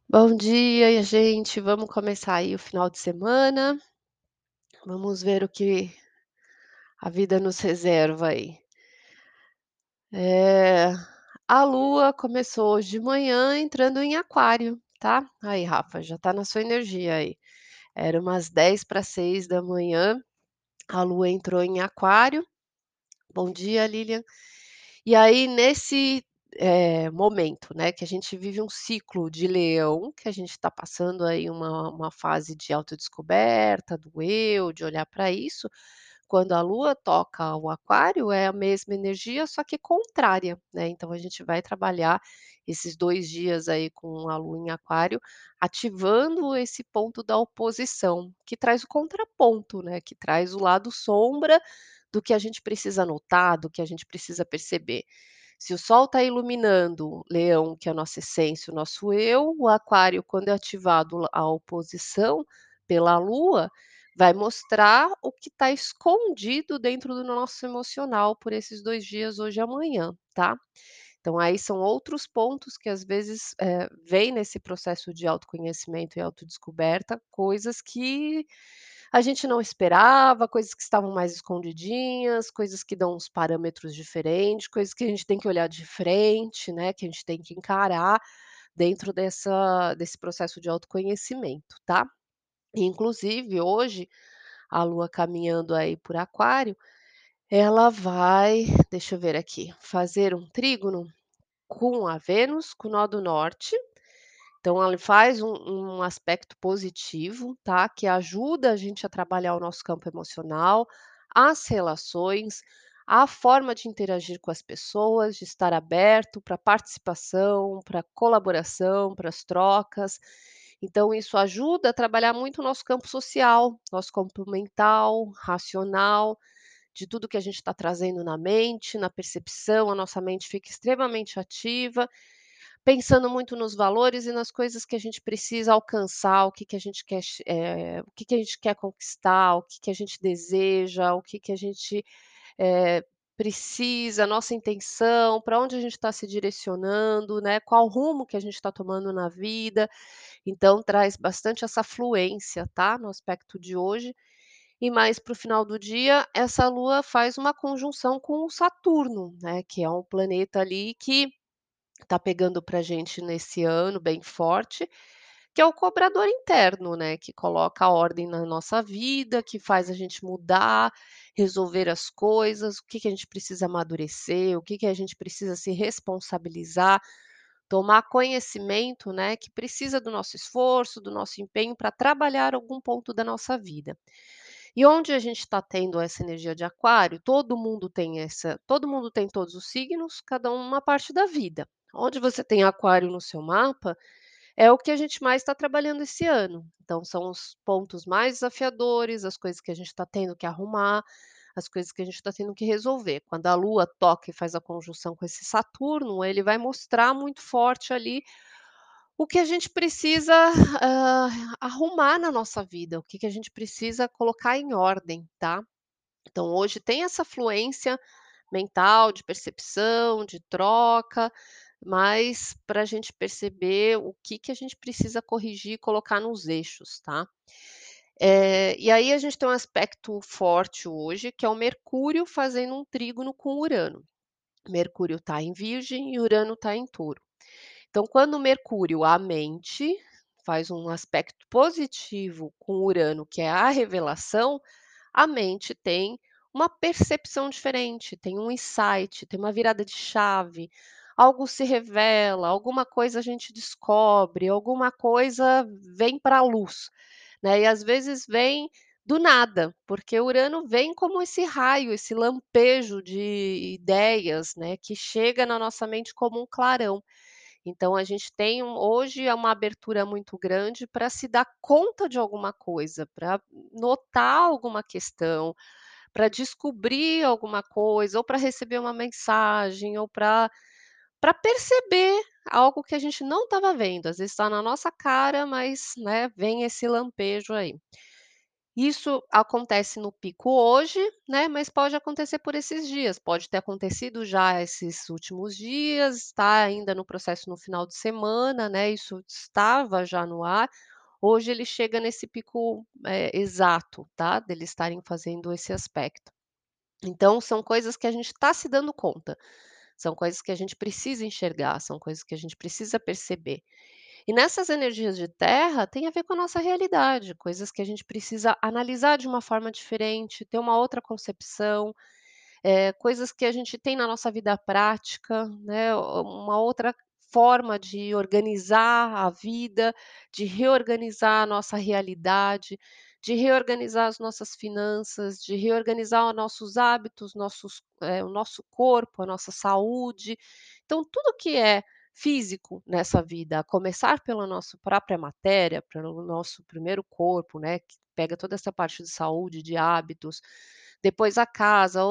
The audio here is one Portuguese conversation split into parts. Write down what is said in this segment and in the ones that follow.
Bom dia, gente. Vamos começar aí o final de semana. Vamos ver o que a vida nos reserva aí. Eh, a Lua começou hoje de manhã entrando em Aquário, tá? Aí, Rafa, já tá na sua energia aí. Era umas 5:50, a Lua entrou em Aquário. Bom dia, Lilian. E aí, nesse momento, né, que a gente vive um ciclo de Leão, que a gente está passando aí uma fase de autodescoberta do eu, de olhar para isso. Quando a Lua toca o Aquário, é a mesma energia, só que contrária, né. Então a gente vai trabalhar esses 2 dias aí com a Lua em Aquário, ativando esse ponto da oposição, que traz o contraponto, né, que traz o lado sombra do que a gente precisa notar, do que a gente precisa perceber. Se o Sol está iluminando Leão, que é a nossa essência, o nosso eu, o Aquário, quando é ativado a oposição pela Lua, vai mostrar o que está escondido dentro do nosso emocional por esses 2 dias, hoje e amanhã, tá. Então aí são outros pontos que às vezes, vem nesse processo de autoconhecimento e autodescoberta, coisas que a gente não esperava, coisas que estavam mais escondidinhas, coisas que dão uns parâmetros diferentes, coisas que a gente tem que olhar de frente, né, que a gente tem que encarar dentro desse processo de autoconhecimento, tá. Inclusive hoje, a Lua caminhando aí por Aquário, ela vai, deixa eu ver aqui, fazer um trígono com a Vênus, com o nó do norte. Então ela faz um aspecto positivo, tá, que ajuda a gente a trabalhar o nosso campo emocional, as relações, a forma de interagir com as pessoas, de estar aberto para participação, para colaboração, para as trocas. Então isso ajuda a trabalhar muito o nosso campo social, nosso campo mental, racional, de tudo que a gente está trazendo na mente, na percepção, a nossa mente fica extremamente ativa, pensando muito nos valores e nas coisas que a gente precisa alcançar, o que que a gente quer o que que a gente quer conquistar, o que que a gente deseja, o que que a gente, precisa, nossa intenção, para onde a gente está se direcionando, né, qual rumo que a gente está tomando na vida. Então traz bastante essa fluência, tá, no aspecto de hoje. E mais para o final do dia, essa Lua faz uma conjunção com o Saturno, né, que é um planeta ali que tá pegando pra gente nesse ano bem forte, que é o cobrador interno, né, que coloca a ordem na nossa vida, que faz a gente mudar, resolver as coisas, o que que a gente precisa amadurecer, o que que a gente precisa se responsabilizar, tomar conhecimento, né, que precisa do nosso esforço, do nosso empenho para trabalhar algum ponto da nossa vida. E onde a gente está tendo essa energia de aquário, todo mundo tem todos os signos, cada um uma parte da vida. Onde você tem aquário no seu mapa, é o que a gente mais está trabalhando esse ano. Então são os pontos mais desafiadores, as coisas que a gente está tendo que arrumar, as coisas que a gente está tendo que resolver. Quando a Lua toca e faz a conjunção com esse Saturno, ele vai mostrar muito forte ali o que a gente precisa, arrumar na nossa vida, o que que a gente precisa colocar em ordem, tá. Então hoje tem essa fluência mental, de percepção, de troca, mas para a gente perceber o que que a gente precisa corrigir e colocar nos eixos, tá. E aí a gente tem um aspecto forte hoje, que é o Mercúrio fazendo um trígono com Urano. Mercúrio está em Virgem e Urano está em Touro. Então, quando o Mercúrio, a mente, faz um aspecto positivo com Urano, que é a revelação, a mente tem uma percepção diferente, tem um insight, tem uma virada de chave, algo se revela, alguma coisa a gente descobre, alguma coisa vem para a luz, né? E às vezes vem do nada, porque Urano vem como esse raio, esse lampejo de ideias, né, que chega na nossa mente como um clarão. Então a gente tem hoje é uma abertura muito grande para se dar conta de alguma coisa, para notar alguma questão, para descobrir alguma coisa, ou para receber uma mensagem, ou para perceber algo que a gente não estava vendo. Às vezes está na nossa cara, mas, né, vem esse lampejo aí. Isso acontece no pico hoje, né, mas pode acontecer por esses dias, pode ter acontecido já esses últimos dias, está ainda no processo no final de semana, né, isso estava já no ar. Hoje ele chega nesse pico, exato, tá, deles estarem fazendo esse aspecto. Então são coisas que a gente está se dando conta, são coisas que a gente precisa enxergar, são coisas que a gente precisa perceber. E nessas energias de terra tem a ver com a nossa realidade, coisas que a gente precisa analisar de uma forma diferente, ter uma outra concepção, coisas que a gente tem na nossa vida prática, né, uma outra forma de organizar a vida, de reorganizar a nossa realidade, de reorganizar as nossas finanças, de reorganizar os nossos hábitos, o nosso corpo, a nossa saúde. Então tudo que é físico nessa vida, a começar pela nossa própria matéria, pelo nosso primeiro corpo, né, que pega toda essa parte de saúde, de hábitos, depois a casa,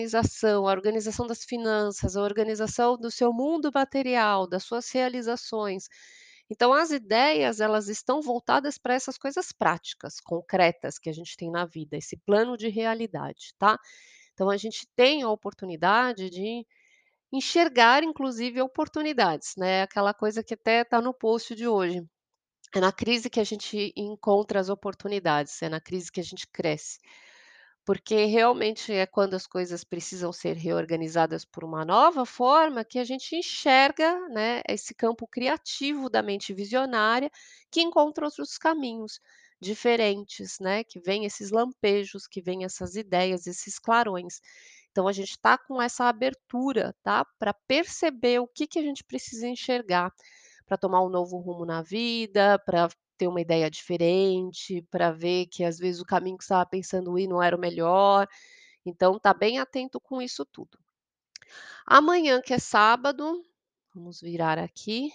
a organização das finanças, a organização do seu mundo material, das suas realizações. Então as ideias, elas estão voltadas para essas coisas práticas, concretas que a gente tem na vida, esse plano de realidade, tá. Então a gente tem a oportunidade de enxergar inclusive oportunidades, né, aquela coisa que até está no post de hoje. É na crise que a gente encontra as oportunidades, é na crise que a gente cresce. Porque realmente é quando as coisas precisam ser reorganizadas por uma nova forma que a gente enxerga, né, esse campo criativo da mente visionária, que encontra outros caminhos diferentes, né, que vem esses lampejos, que vem essas ideias, esses clarões. Então a gente está com essa abertura, tá, para perceber o que que a gente precisa enxergar, para tomar um novo rumo na vida, para ter uma ideia diferente, para ver que às vezes o caminho que você estava pensando ir não era o melhor, então tá bem atento com isso tudo. Amanhã que é sábado, vamos virar aqui,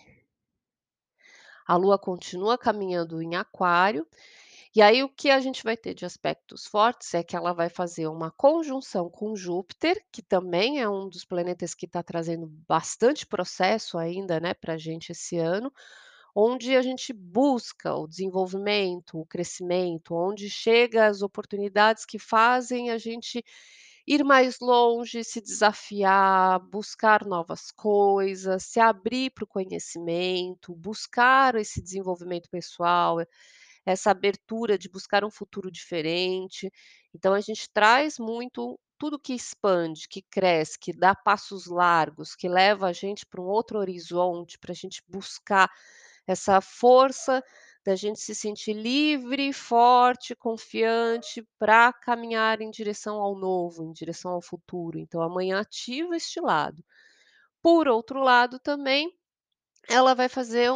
a lua continua caminhando em aquário, e aí o que a gente vai ter de aspectos fortes é que ela vai fazer uma conjunção com Júpiter, que também é um dos planetas que está trazendo bastante processo ainda, né, para a gente esse ano, onde a gente busca o desenvolvimento, o crescimento, onde chega as oportunidades que fazem a gente ir mais longe, se desafiar, buscar novas coisas, se abrir para o conhecimento, buscar esse desenvolvimento pessoal, essa abertura de buscar um futuro diferente. Então a gente traz muito tudo que expande, que cresce, que dá passos largos, que leva a gente para um outro horizonte, para a gente buscar essa força da gente se sentir livre, forte, confiante para caminhar em direção ao novo, em direção ao futuro. Então amanhã ativa este lado. Por outro lado também, ela vai fazer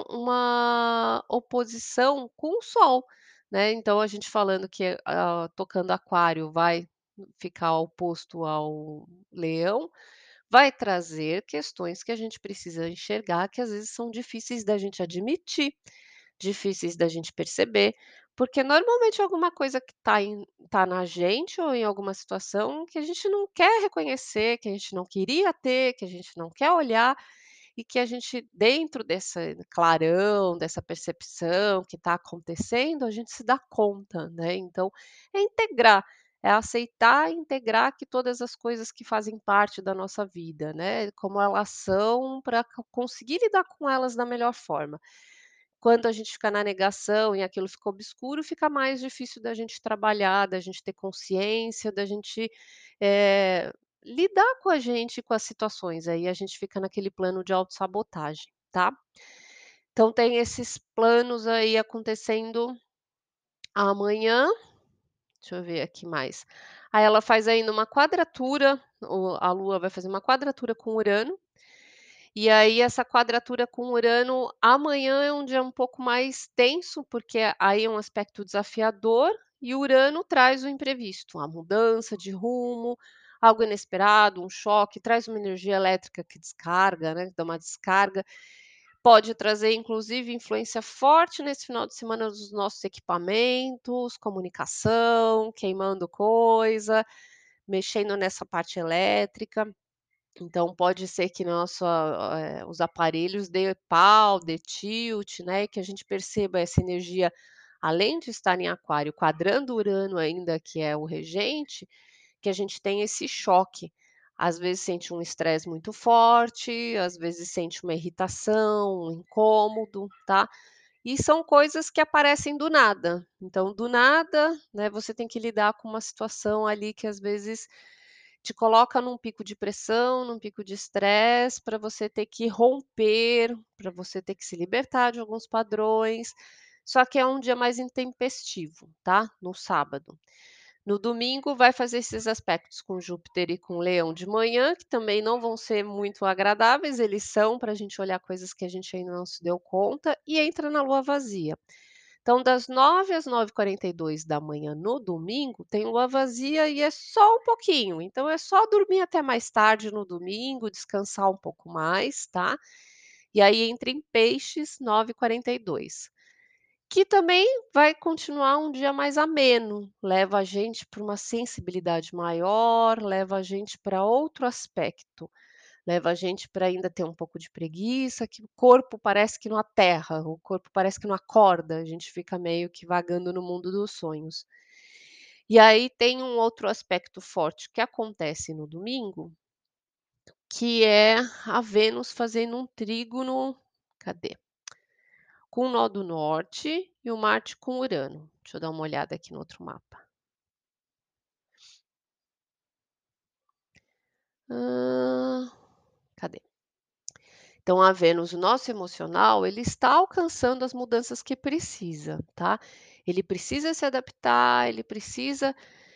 uma oposição com o Sol, né, então a gente falando que, tocando Aquário vai ficar oposto ao Leão, vai trazer questões que a gente precisa enxergar, que às vezes são difíceis da gente admitir, difíceis da gente perceber, porque normalmente é alguma coisa que tá na gente ou em alguma situação que a gente não quer reconhecer, que a gente não queria ter, que a gente não quer olhar, e que a gente dentro dessa clarão, dessa percepção que está acontecendo, a gente se dá conta, né, então é integrar, é aceitar e integrar que todas as coisas que fazem parte da nossa vida, né, como elas são para conseguir lidar com elas da melhor forma. Quando a gente fica na negação e aquilo fica obscuro, fica mais difícil da gente trabalhar, da gente ter consciência, da gente, lidar com a gente, com as situações, aí a gente fica naquele plano de autossabotagem, tá. Então tem esses planos aí acontecendo amanhã, deixa eu ver aqui mais. Aí ela faz ainda uma quadratura, a Lua vai fazer uma quadratura com Urano, e aí essa quadratura com Urano amanhã é um dia um pouco mais tenso, porque aí é um aspecto desafiador e Urano traz o imprevisto, a mudança de rumo, algo inesperado, um choque, traz uma energia elétrica que descarga, né, dá uma descarga. Pode trazer inclusive influência forte nesse final de semana dos nossos equipamentos, comunicação, queimando coisa, mexendo nessa parte elétrica. Então pode ser que os aparelhos dê pau, dê tilt, né, e que a gente perceba essa energia além de estar em aquário, quadrando Urano ainda, que é o regente, que a gente tem esse choque. Às vezes sente um estresse muito forte, às vezes sente uma irritação, um incômodo, tá. E são coisas que aparecem do nada. Então, do nada, né, você tem que lidar com uma situação ali que às vezes te coloca num pico de pressão, num pico de estresse, para você ter que romper, para você ter que se libertar de alguns padrões. Só que é um dia mais intempestivo, tá? No sábado. No domingo vai fazer esses aspectos com Júpiter e com Leão de manhã, que também não vão ser muito agradáveis, eles são para a gente olhar coisas que a gente ainda não se deu conta, e entra na lua vazia. Então, das 9 às 9h42 da manhã no domingo, tem lua vazia e é só um pouquinho. Então, é só dormir até mais tarde no domingo, descansar um pouco mais, tá? E aí entra em Peixes, 9h42. Que também vai continuar um dia mais ameno, leva a gente para uma sensibilidade maior, leva a gente para outro aspecto, leva a gente para ainda ter um pouco de preguiça, que o corpo parece que não aterra, o corpo parece que não acorda, a gente fica meio que vagando no mundo dos sonhos. E aí tem um outro aspecto forte que acontece no domingo, que é a Vênus fazendo um trígono, cadê? Com o nó do norte e o Marte com Urano. Deixa eu dar uma olhada aqui no outro mapa. Hã, cadê? Então a Vênus, o nosso emocional, ele está alcançando as mudanças que precisa, tá? Ele precisa se adaptar, ele precisa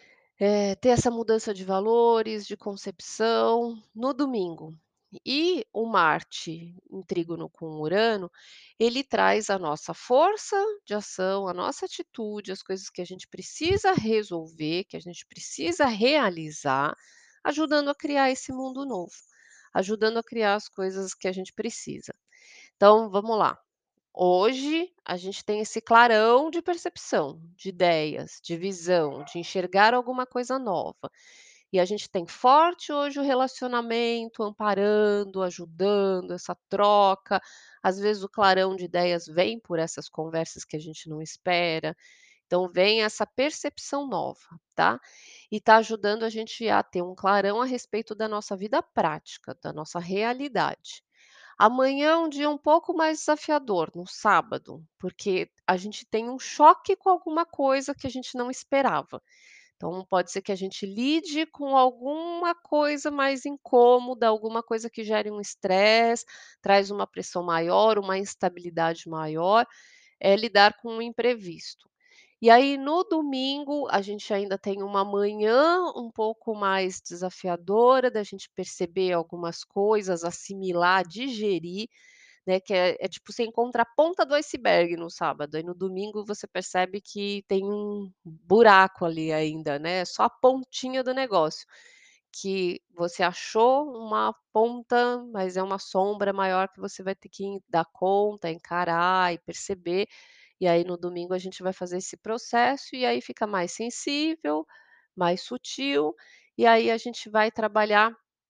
ter essa mudança de valores, de concepção no domingo. E o Marte em trígono com Urano, ele traz a nossa força de ação, a nossa atitude, as coisas que a gente precisa resolver, que a gente precisa realizar, ajudando a criar esse mundo novo, ajudando a criar as coisas que a gente precisa. Então, vamos lá. Hoje, a gente tem esse clarão de percepção, de ideias, de visão, de enxergar alguma coisa nova. E a gente tem forte hoje o relacionamento, amparando, ajudando, essa troca. Às vezes o clarão de ideias vem por essas conversas que a gente não espera. Então vem essa percepção nova, tá? E está ajudando a gente a ter um clarão a respeito da nossa vida prática, da nossa realidade. Amanhã é um dia um pouco mais desafiador, no sábado, porque a gente tem um choque com alguma coisa que a gente não esperava. Então, pode ser que a gente lide com alguma coisa mais incômoda, alguma coisa que gere um estresse, traz uma pressão maior, uma instabilidade maior, é lidar com o imprevisto. E aí, no domingo, a gente ainda tem uma manhã um pouco mais desafiadora da gente perceber algumas coisas, assimilar, digerir, né, que é tipo, você encontra a ponta do iceberg no sábado, aí no domingo você percebe que tem um buraco ali ainda, né, só a pontinha do negócio, que você achou uma ponta, mas é uma sombra maior que você vai ter que dar conta, encarar e perceber, e aí no domingo a gente vai fazer esse processo, e aí fica mais sensível, mais sutil, e aí a gente vai trabalhar,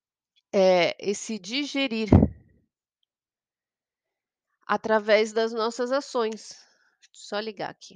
esse digerir através das nossas ações. Só ligar aqui.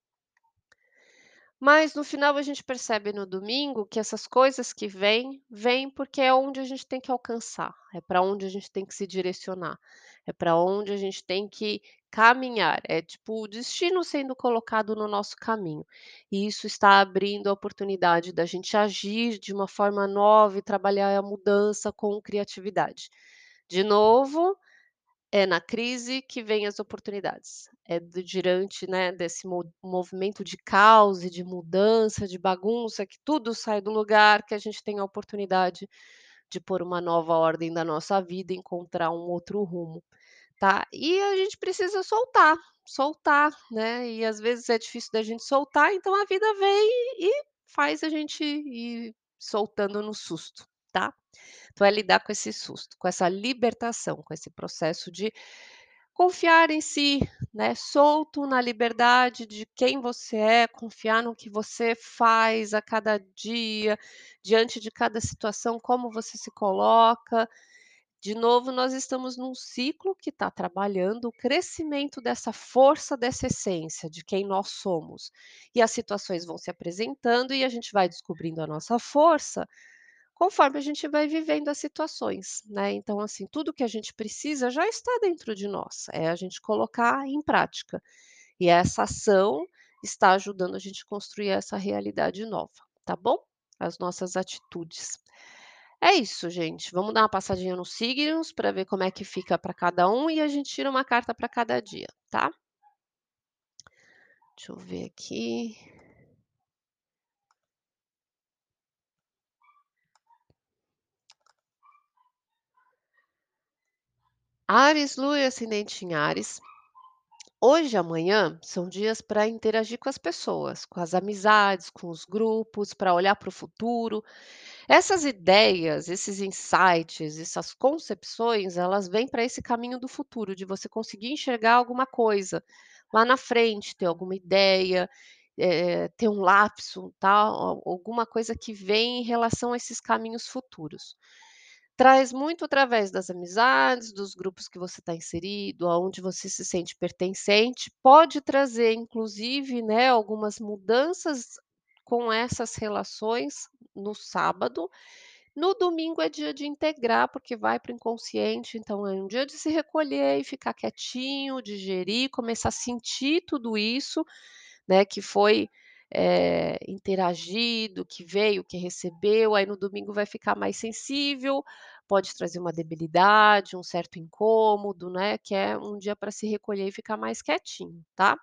Mas no final a gente percebe no domingo que essas coisas que vêm porque é onde a gente tem que alcançar, é para onde a gente tem que se direcionar, é para onde a gente tem que caminhar, é tipo o destino sendo colocado no nosso caminho. E isso está abrindo a oportunidade da gente agir de uma forma nova e trabalhar a mudança com criatividade. De novo, é na crise que vem as oportunidades. É diante, né, desse movimento de caos e de mudança, de bagunça, que tudo sai do lugar, que a gente tem a oportunidade de pôr uma nova ordem da nossa vida, encontrar um outro rumo, tá. E a gente precisa soltar, soltar, né, e às vezes é difícil da gente soltar, então a vida vem e faz a gente ir soltando no susto, tá. Então é lidar com esse susto, com essa libertação, com esse processo de confiar em si, né, solto na liberdade de quem você é, confiar no que você faz a cada dia, diante de cada situação, como você se coloca, De novo, nós estamos num ciclo que está trabalhando o crescimento dessa força, dessa essência de quem nós somos. E as situações vão se apresentando e a gente vai descobrindo a nossa força conforme a gente vai vivendo as situações, né. Então, assim, tudo que a gente precisa já está dentro de nós, é a gente colocar em prática. E essa ação está ajudando a gente construir essa realidade nova, tá bom? As nossas atitudes. É isso, gente. Vamos dar uma passadinha nos signos para ver como é que fica para cada um e a gente tira uma carta para cada dia, tá? Deixa eu ver aqui. Áries, Lua e ascendente em Áries. Hoje e amanhã são dias para interagir com as pessoas, com as amizades, com os grupos, para olhar para o futuro. Essas ideias, esses insights, essas concepções, elas vêm para esse caminho do futuro, de você conseguir enxergar alguma coisa lá na frente, ter alguma ideia, ter um lapso, tal, alguma coisa que vem em relação a esses caminhos futuros. Traz muito através das amizades, dos grupos que você está inserido, aonde você se sente pertencente, pode trazer inclusive, né, algumas mudanças com essas relações no sábado. No domingo é dia de integrar, porque vai para o inconsciente, então é um dia de se recolher e ficar quietinho, digerir, começar a sentir tudo isso, né, que foi, interagido, que veio, que recebeu, aí no domingo vai ficar mais sensível, pode trazer uma debilidade, um certo incômodo, né, que é um dia para se recolher e ficar mais quietinho, tá.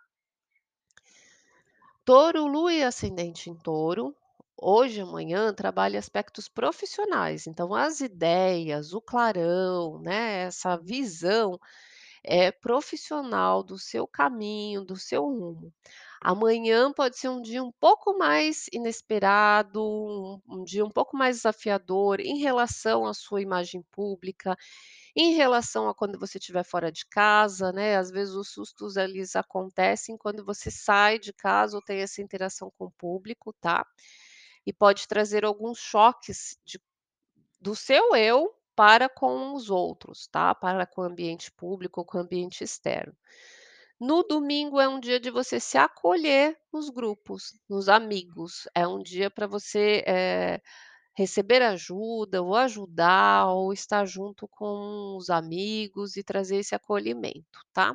Touro, Lua e ascendente em Touro, hoje e amanhã trabalha aspectos profissionais, então as ideias, o clarão, né, essa visão profissional do seu caminho, do seu rumo. Amanhã pode ser um dia um pouco mais inesperado, um dia um pouco mais desafiador em relação à sua imagem pública, em relação a quando você estiver fora de casa, né, às vezes os sustos eles acontecem quando você sai de casa ou tem essa interação com o público, tá. E pode trazer alguns choques do seu eu para com os outros, tá, para com o ambiente público ou com o ambiente externo. No domingo é um dia de você se acolher nos grupos, nos amigos, é um dia para você, receber ajuda ou ajudar ou estar junto com os amigos e trazer esse acolhimento, tá.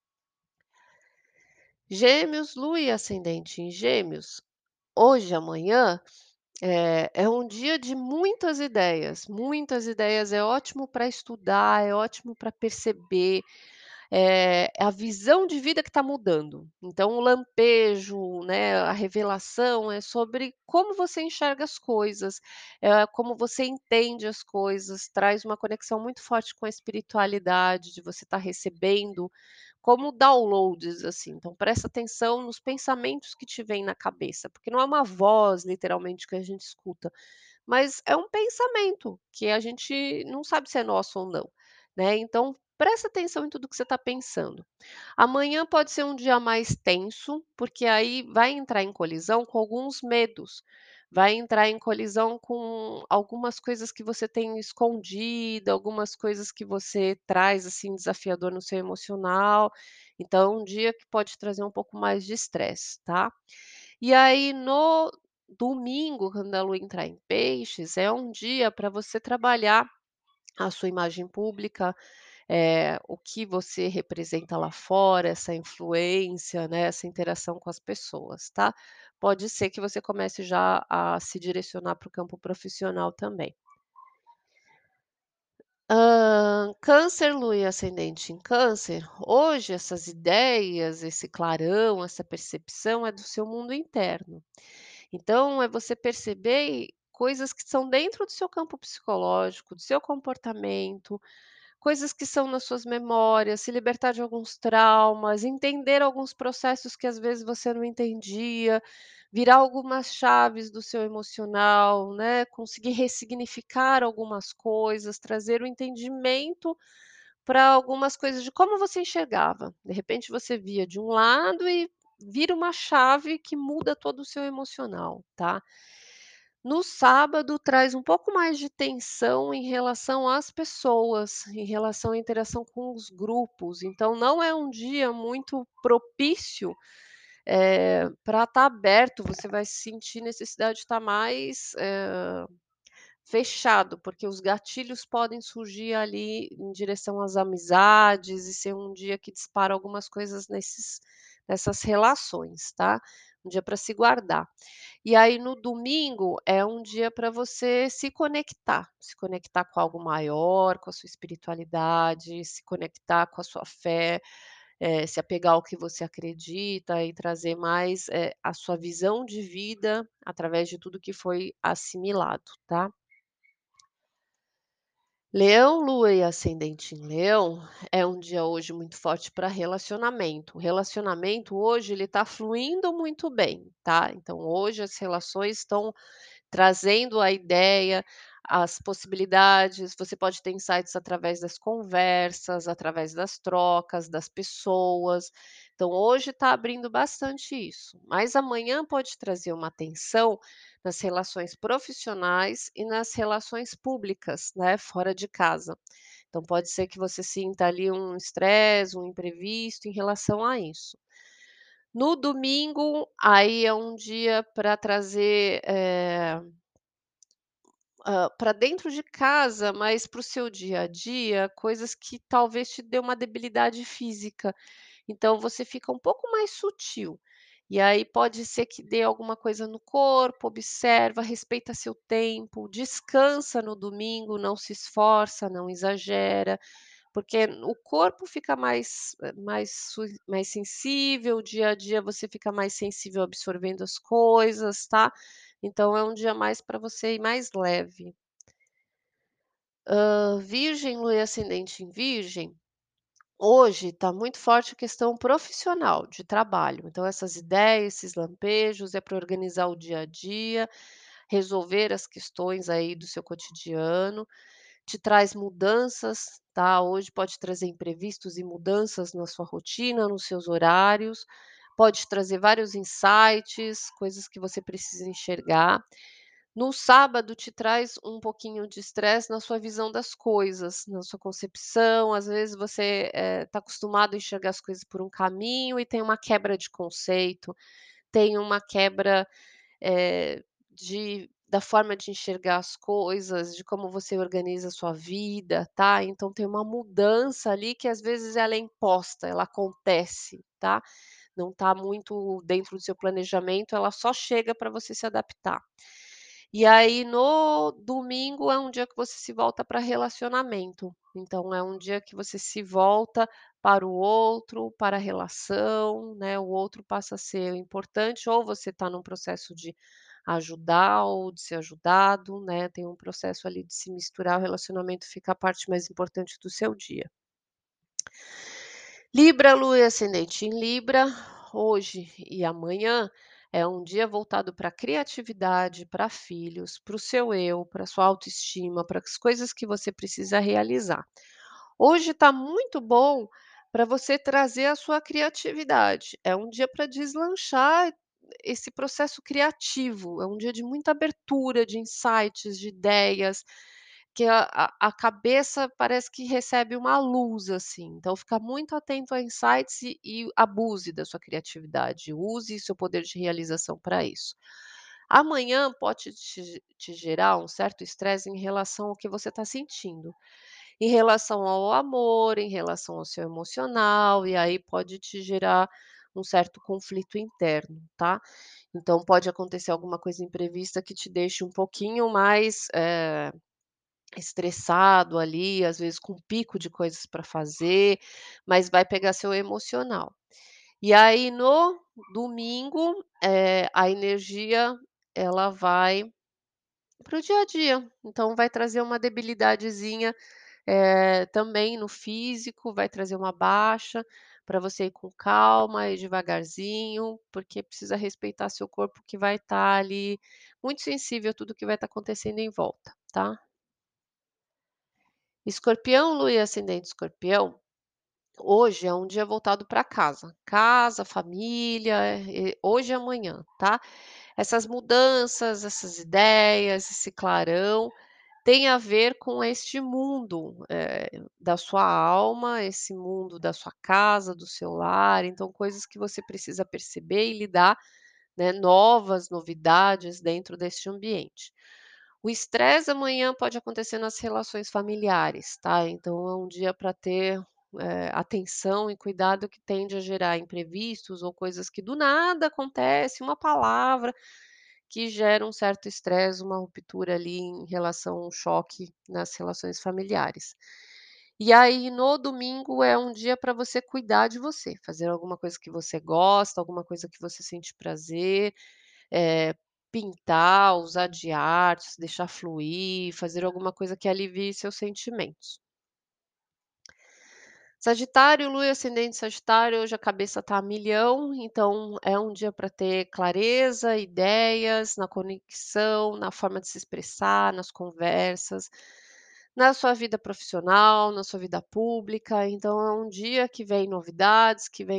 Gêmeos, Lua e ascendente em Gêmeos, hoje e amanhã é um dia de muitas ideias, é ótimo para estudar, é ótimo para perceber, é a visão de vida que está mudando. Então o lampejo, né, a revelação é sobre como você enxerga as coisas, como você entende as coisas, traz uma conexão muito forte com a espiritualidade, de você estar recebendo como downloads, assim. Então presta atenção nos pensamentos que te vêm na cabeça, porque não é uma voz literalmente que a gente escuta, mas é um pensamento que a gente não sabe se é nosso ou não, né. Então presta atenção em tudo que você está pensando. Amanhã pode ser um dia mais tenso, porque aí vai entrar em colisão com alguns medos, vai entrar em colisão com algumas coisas que você tem escondido, algumas coisas que você traz, assim, desafiador no seu emocional, então é um dia que pode trazer um pouco mais de estresse, tá. E aí no domingo, quando a lua entrar em peixes, é um dia para você trabalhar a sua imagem pública, o que você representa lá fora, essa influência, né, essa interação com as pessoas, tá. Pode ser que você comece já a se direcionar para o campo profissional também. Câncer, lua e ascendente em câncer, hoje essas ideias, esse clarão, essa percepção é do seu mundo interno. Então é você perceber coisas que são dentro do seu campo psicológico, do seu comportamento, coisas que são nas suas memórias, se libertar de alguns traumas, entender alguns processos que às vezes você não entendia, virar algumas chaves do seu emocional, né, conseguir ressignificar algumas coisas, trazer o entendimento para algumas coisas de como você enxergava. De repente você via de um lado e vira uma chave que muda todo o seu emocional, tá. No sábado traz um pouco mais de tensão em relação às pessoas, em relação à interação com os grupos, então não é um dia muito propício, para estar aberto, você vai sentir necessidade de estar mais, fechado, porque os gatilhos podem surgir ali em direção às amizades e ser um dia que dispara algumas coisas nessas relações, tá. Um dia para se guardar. E aí no domingo é um dia para você se conectar com algo maior, com a sua espiritualidade, se conectar com a sua fé, se apegar ao que você acredita e trazer mais, a sua visão de vida através de tudo que foi assimilado, tá. Leão, lua e ascendente em leão, é um dia hoje muito forte para relacionamento. O relacionamento hoje ele está fluindo muito bem, tá. Então hoje as relações estão trazendo a ideia, as possibilidades, você pode ter insights através das conversas, através das trocas, das pessoas. Então hoje está abrindo bastante isso, mas amanhã pode trazer uma tensão nas relações profissionais e nas relações públicas, né, fora de casa. Então pode ser que você sinta ali um estresse, um imprevisto em relação a isso. No domingo, aí é um dia para trazer, para dentro de casa, mas para o seu dia a dia, coisas que talvez te dê uma debilidade física. Então você fica um pouco mais sutil. E aí pode ser que dê alguma coisa no corpo, observa, respeita seu tempo, descansa no domingo, não se esforça, não exagera, porque o corpo fica mais sensível, o dia a dia você fica mais sensível absorvendo as coisas, tá. Então é um dia mais para você ir mais leve. Virgem, lua e ascendente em virgem, hoje está muito forte a questão profissional, de trabalho. Então essas ideias, esses lampejos, é para organizar o dia a dia, resolver as questões aí do seu cotidiano, te traz mudanças, tá? Hoje pode trazer imprevistos e mudanças na sua rotina, nos seus horários, pode trazer vários insights, coisas que você precisa enxergar. No sábado te traz um pouquinho de estresse na sua visão das coisas, na sua concepção, às vezes você, está acostumado a enxergar as coisas por um caminho e tem uma quebra de conceito, tem uma quebra, da forma de enxergar as coisas, de como você organiza a sua vida, tá. Então tem uma mudança ali que às vezes ela é imposta, ela acontece, tá. Não está muito dentro do seu planejamento, ela só chega para você se adaptar. E aí no domingo é um dia que você se volta para relacionamento, então é um dia que você se volta para o outro, para a relação, né, o outro passa a ser importante ou você está num processo de ajudar ou de ser ajudado, né, tem um processo ali de se misturar, o relacionamento fica a parte mais importante do seu dia. Libra, lua e ascendente em Libra, hoje e amanhã é um dia voltado para a criatividade, para filhos, para o seu eu, para a sua autoestima, para as coisas que você precisa realizar. Hoje está muito bom para você trazer a sua criatividade. É um dia para deslanchar esse processo criativo. É um dia de muita abertura, de insights, de ideias, que a cabeça parece que recebe uma luz, assim. Então, fica muito atento a insights e abuse da sua criatividade. Use seu poder de realização para isso. Amanhã pode te gerar um certo estresse em relação ao que você está sentindo. Em relação ao amor, em relação ao seu emocional, e aí pode te gerar um certo conflito interno, tá. Então pode acontecer alguma coisa imprevista que te deixe um pouquinho mais, estressado ali, às vezes com um pico de coisas para fazer, mas vai pegar seu emocional. E aí no domingo, a energia ela vai para o dia a dia, então vai trazer uma debilidadezinha também no físico, vai trazer uma baixa, para você ir com calma e devagarzinho, porque precisa respeitar seu corpo que vai estar ali muito sensível a tudo que vai estar acontecendo em volta, tá. Escorpião, lua e ascendente escorpião, hoje é um dia voltado para casa, casa, família, hoje e amanhã, tá. Essas mudanças, essas ideias, esse clarão, tem a ver com este mundo, da sua alma, esse mundo da sua casa, do seu lar, então coisas que você precisa perceber e lidar, né, novas novidades dentro deste ambiente. O estresse amanhã pode acontecer nas relações familiares, tá, então é um dia para ter, atenção e cuidado que tende a gerar imprevistos ou coisas que do nada acontece, uma palavra que gera um certo estresse, uma ruptura ali em relação a um choque nas relações familiares. E aí no domingo é um dia para você cuidar de você, fazer alguma coisa que você gosta, alguma coisa que você sente prazer, eh, pintar, usar de artes, deixar fluir, fazer alguma coisa que alivie seus sentimentos. Sagitário, lua e ascendente Sagitário, hoje a cabeça tá a milhão, então é um dia para ter clareza, ideias, na conexão, na forma de se expressar, nas conversas, na sua vida profissional, na sua vida pública. Então é um dia que vem novidades, que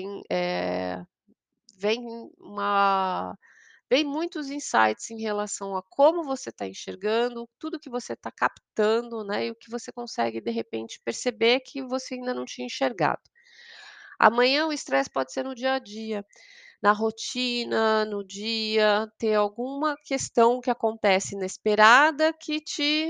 vem uma vem muitos insights em relação a como você está enxergando, tudo que você está captando, né, e o que você consegue, de repente, perceber que você ainda não tinha enxergado. Amanhã o estresse pode ser no dia a dia, na rotina, no dia, ter alguma questão que acontece inesperada que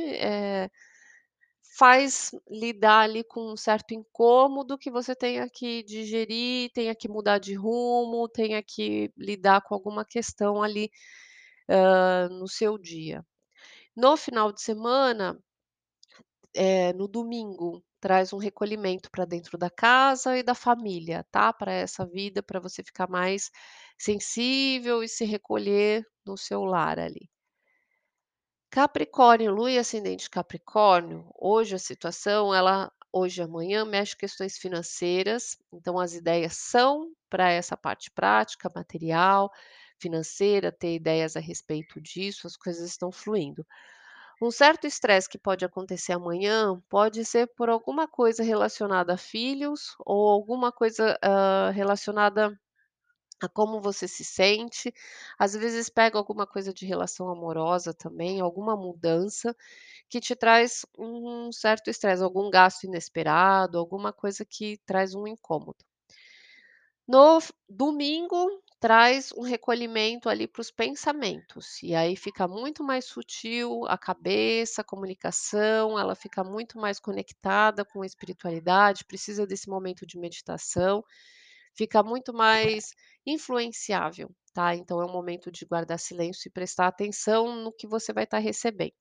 faz lidar ali com um certo incômodo que você tenha que digerir, tenha que mudar de rumo, tenha que lidar com alguma questão ali, no seu dia. No final de semana, no domingo, traz um recolhimento para dentro da casa e da família, tá, para essa vida, para você ficar mais sensível e se recolher no seu lar ali. Capricórnio, lua e ascendente Capricórnio, hoje a situação hoje e amanhã mexe questões financeiras, então as ideias são para essa parte prática, material, financeira, ter ideias a respeito disso, as coisas estão fluindo. Um certo estresse que pode acontecer amanhã, pode ser por alguma coisa relacionada a filhos ou alguma coisa, relacionada a como você se sente. Às vezes pega alguma coisa de relação amorosa também, alguma mudança que te traz um certo estresse, algum gasto inesperado, alguma coisa que traz um incômodo. No domingo, traz um recolhimento ali para os pensamentos, e aí fica muito mais sutil a cabeça, a comunicação, ela fica muito mais conectada com a espiritualidade, precisa desse momento de meditação, fica muito mais influenciável, tá. Então é um momento de guardar silêncio e prestar atenção no que você vai estar recebendo.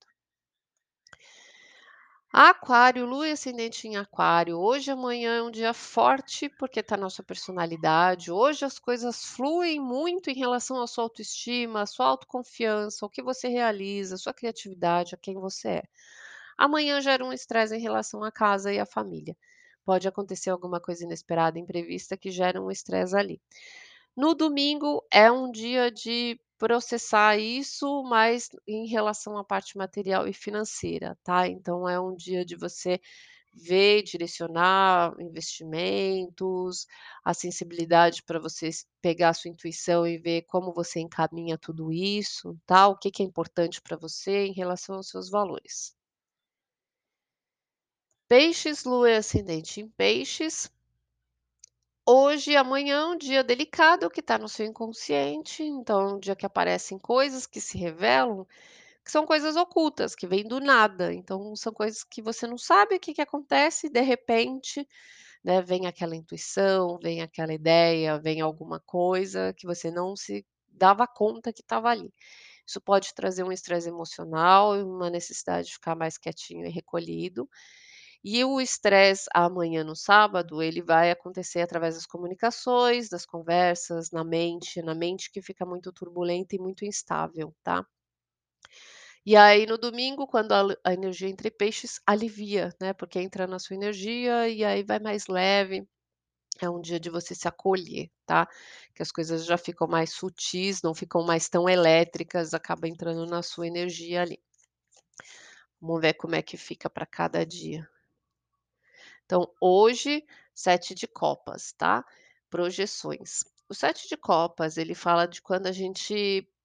Aquário, lua e ascendente em aquário. Hoje e amanhã é um dia forte, porque está na sua personalidade. Hoje as coisas fluem muito em relação à sua autoestima, à sua autoconfiança, ao que você realiza, à sua criatividade, a quem você é. Amanhã gera um estresse em relação à casa e à família. Pode acontecer alguma coisa inesperada, imprevista, que gera um estresse ali. No domingo é um dia de processar isso, mas em relação à parte material e financeira, tá. Então é um dia de você ver, direcionar investimentos, a sensibilidade para você pegar a sua intuição e ver como você encaminha tudo isso, tá, o que que é importante para você em relação aos seus valores. Peixes, lua e ascendente em peixes. Hoje e amanhã é um dia delicado que está no seu inconsciente, então é um dia que aparecem coisas que se revelam, que são coisas ocultas, que vêm do nada, então são coisas que você não sabe o que que acontece e de repente, né, vem aquela intuição, vem aquela ideia, vem alguma coisa que você não se dava conta que estava ali. Isso pode trazer um estresse emocional e uma necessidade de ficar mais quietinho e recolhido. E o estresse amanhã no sábado, ele vai acontecer através das comunicações, das conversas, na mente que fica muito turbulenta e muito instável, tá. E aí no domingo, quando a energia entre peixes alivia, né, porque entra na sua energia e aí vai mais leve, é um dia de você se acolher, tá. Que as coisas já ficam mais sutis, não ficam mais tão elétricas, acaba entrando na sua energia ali. Vamos ver como é que fica para cada dia. Então, hoje, 7 de copas, tá? Projeções. O 7 de copas, ele fala de quando a gente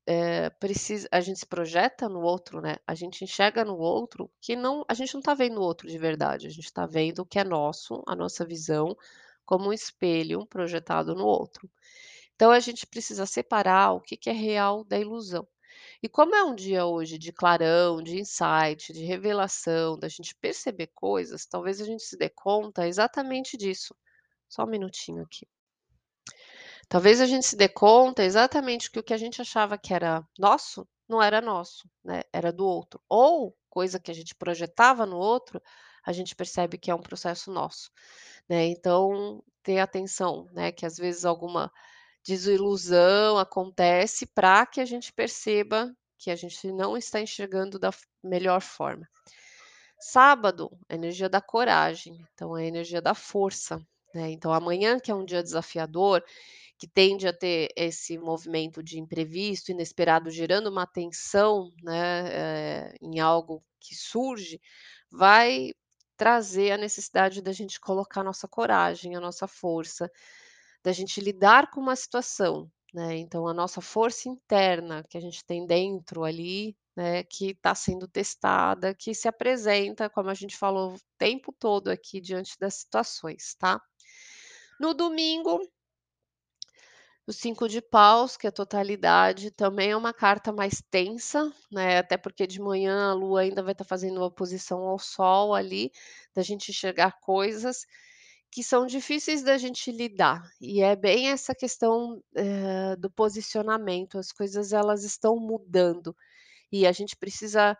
precisa a gente se projeta no outro, né, a gente enxerga no outro que não a gente não tá vendo o outro de verdade, a gente tá vendo o que é nosso, a nossa visão, como um espelho projetado no outro. Então a gente precisa separar o que que é real da ilusão. E como é um dia hoje de clarão, de insight, de revelação, da gente perceber coisas, talvez a gente se dê conta exatamente disso. Só um minutinho aqui. Talvez a gente se dê conta exatamente que o que a gente achava que era nosso, não era nosso, né, era do outro. Ou coisa que a gente projetava no outro, a gente percebe que é um processo nosso, né. Então, ter atenção, né, que às vezes alguma desilusão acontece para que a gente perceba que a gente não está enxergando da melhor forma. Sábado, a energia da coragem, então é a energia da força, né. Então amanhã, que é um dia desafiador, que tende a ter esse movimento de imprevisto, inesperado, gerando uma tensão, né, em algo que surge, vai trazer a necessidade da gente colocar a nossa coragem, a nossa força, da gente lidar com uma situação, né. Então a nossa força interna que a gente tem dentro ali, né, que está sendo testada, que se apresenta, como a gente falou o tempo todo aqui diante das situações, tá. No domingo, o 5 de paus, que é a totalidade, também é uma carta mais tensa, né, até porque de manhã a lua ainda vai estar fazendo oposição ao sol ali, da gente enxergar coisas que são difíceis da gente lidar, e é bem essa questão, do posicionamento, as coisas elas estão mudando, e a gente precisa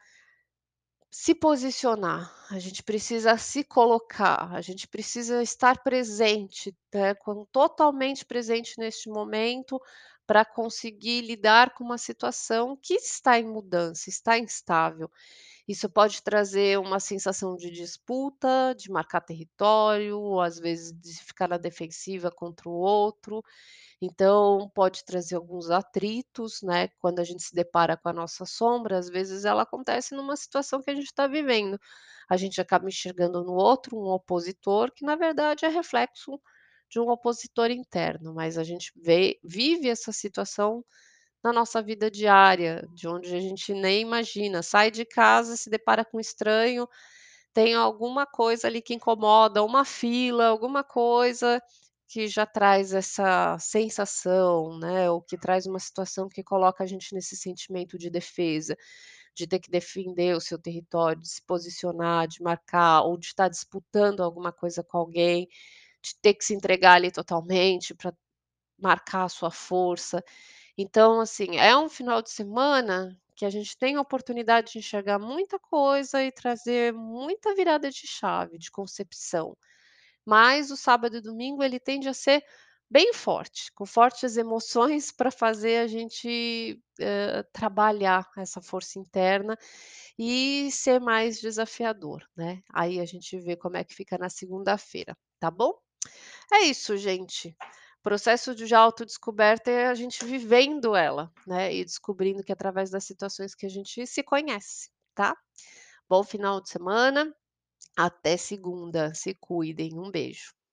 se posicionar, a gente precisa se colocar, a gente precisa estar presente, né, totalmente presente neste momento, para conseguir lidar com uma situação que está em mudança, está instável. Isso pode trazer uma sensação de disputa, de marcar território, ou às vezes de ficar na defensiva contra o outro. Então, pode trazer alguns atritos, né, quando a gente se depara com a nossa sombra, às vezes ela acontece numa situação que a gente está vivendo. A gente acaba enxergando no outro um opositor que, na verdade, é reflexo de um opositor interno, mas a gente vive essa situação na nossa vida diária, de onde a gente nem imagina. Sai de casa, se depara com um estranho, tem alguma coisa ali que incomoda, uma fila, alguma coisa que já traz essa sensação, né, ou que traz uma situação que coloca a gente nesse sentimento de defesa, de ter que defender o seu território, de se posicionar, de marcar, ou de estar disputando alguma coisa com alguém, de ter que se entregar ali totalmente para marcar a sua força. Então, assim, é um final de semana que a gente tem a oportunidade de enxergar muita coisa e trazer muita virada de chave, de concepção. Mas o sábado e domingo ele tende a ser bem forte, com fortes emoções para fazer a gente, trabalhar essa força interna e ser mais desafiador, né. Aí a gente vê como é que fica na segunda-feira, tá bom? É isso, gente. Processo de autodescoberta é a gente vivendo ela, né, e descobrindo que através das situações que a gente se conhece, tá? Bom final de semana, até segunda, se cuidem, um beijo.